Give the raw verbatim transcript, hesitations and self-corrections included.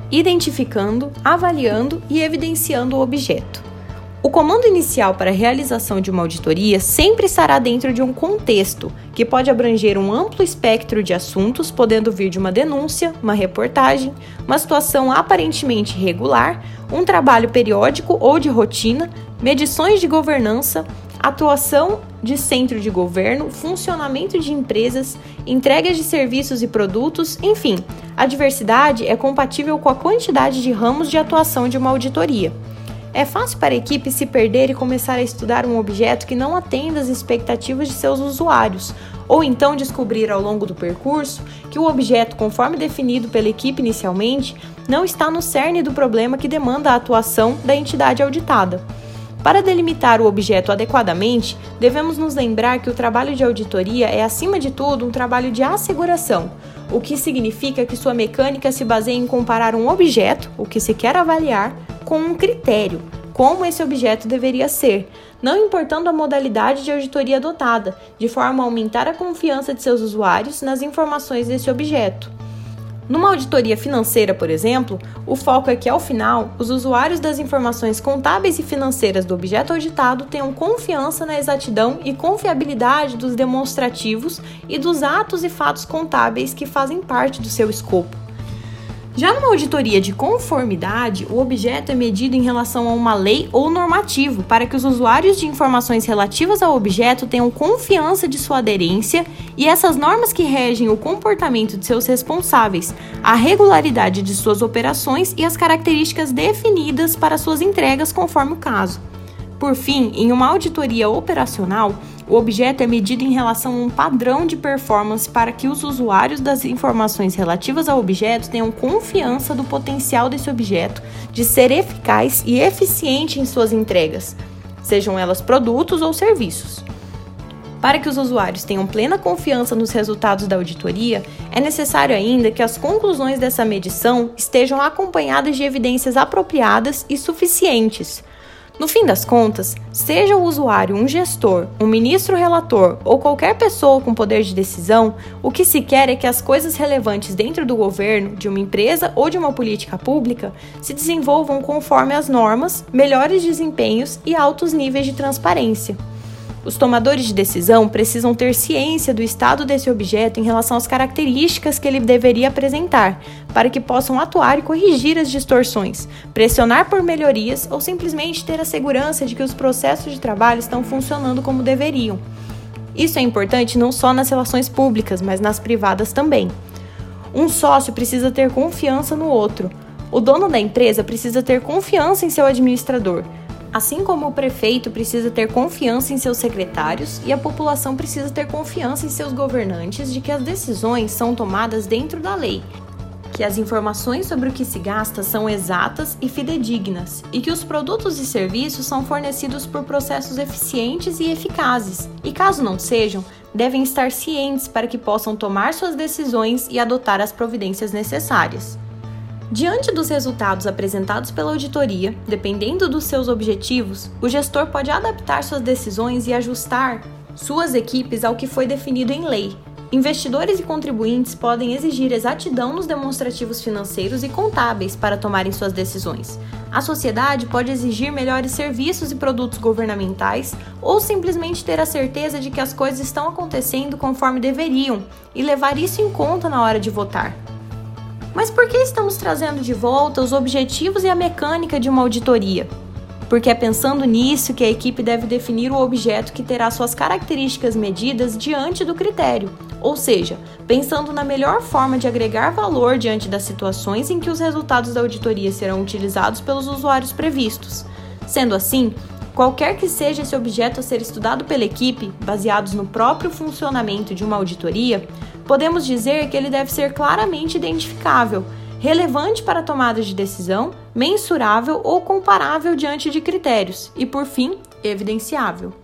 identificando, avaliando e evidenciando o objeto. O comando inicial para a realização de uma auditoria sempre estará dentro de um contexto, que pode abranger um amplo espectro de assuntos, podendo vir de uma denúncia, uma reportagem, uma situação aparentemente irregular, um trabalho periódico ou de rotina, medições de governança, atuação de centro de governo, funcionamento de empresas, entregas de serviços e produtos, enfim, a diversidade é compatível com a quantidade de ramos de atuação de uma auditoria. É fácil para a equipe se perder e começar a estudar um objeto que não atenda às expectativas de seus usuários, ou então descobrir ao longo do percurso que o objeto, conforme definido pela equipe inicialmente, não está no cerne do problema que demanda a atuação da entidade auditada. Para delimitar o objeto adequadamente, devemos nos lembrar que o trabalho de auditoria é, acima de tudo, um trabalho de asseguração, o que significa que sua mecânica se baseia em comparar um objeto, o que se quer avaliar, com um critério, como esse objeto deveria ser, não importando a modalidade de auditoria adotada, de forma a aumentar a confiança de seus usuários nas informações desse objeto. Numa auditoria financeira, por exemplo, o foco é que, ao final, os usuários das informações contábeis e financeiras do objeto auditado tenham confiança na exatidão e confiabilidade dos demonstrativos e dos atos e fatos contábeis que fazem parte do seu escopo. Já numa auditoria de conformidade, o objeto é medido em relação a uma lei ou normativo para que os usuários de informações relativas ao objeto tenham confiança de sua aderência e essas normas que regem o comportamento de seus responsáveis, a regularidade de suas operações e as características definidas para suas entregas conforme o caso. Por fim, em uma auditoria operacional, o objeto é medido em relação a um padrão de performance para que os usuários das informações relativas ao objeto tenham confiança do potencial desse objeto de ser eficaz e eficiente em suas entregas, sejam elas produtos ou serviços. Para que os usuários tenham plena confiança nos resultados da auditoria, é necessário ainda que as conclusões dessa medição estejam acompanhadas de evidências apropriadas e suficientes. No fim das contas, seja o usuário um gestor, um ministro relator ou qualquer pessoa com poder de decisão, o que se quer é que as coisas relevantes dentro do governo, de uma empresa ou de uma política pública se desenvolvam conforme as normas, melhores desempenhos e altos níveis de transparência. Os tomadores de decisão precisam ter ciência do estado desse objeto em relação às características que ele deveria apresentar, para que possam atuar e corrigir as distorções, pressionar por melhorias ou simplesmente ter a segurança de que os processos de trabalho estão funcionando como deveriam. Isso é importante não só nas relações públicas, mas nas privadas também. Um sócio precisa ter confiança no outro. O dono da empresa precisa ter confiança em seu administrador. Assim como o prefeito precisa ter confiança em seus secretários e a população precisa ter confiança em seus governantes de que as decisões são tomadas dentro da lei, que as informações sobre o que se gasta são exatas e fidedignas e que os produtos e serviços são fornecidos por processos eficientes e eficazes e, caso não sejam, devem estar cientes para que possam tomar suas decisões e adotar as providências necessárias. Diante dos resultados apresentados pela auditoria, dependendo dos seus objetivos, o gestor pode adaptar suas decisões e ajustar suas equipes ao que foi definido em lei. Investidores e contribuintes podem exigir exatidão nos demonstrativos financeiros e contábeis para tomarem suas decisões. A sociedade pode exigir melhores serviços e produtos governamentais ou simplesmente ter a certeza de que as coisas estão acontecendo conforme deveriam e levar isso em conta na hora de votar. Mas por que estamos trazendo de volta os objetivos e a mecânica de uma auditoria? Porque é pensando nisso que a equipe deve definir o objeto que terá suas características medidas diante do critério, ou seja, pensando na melhor forma de agregar valor diante das situações em que os resultados da auditoria serão utilizados pelos usuários previstos. Sendo assim, qualquer que seja esse objeto a ser estudado pela equipe, baseados no próprio funcionamento de uma auditoria, podemos dizer que ele deve ser claramente identificável, relevante para a tomada de decisão, mensurável ou comparável diante de critérios e, por fim, evidenciável.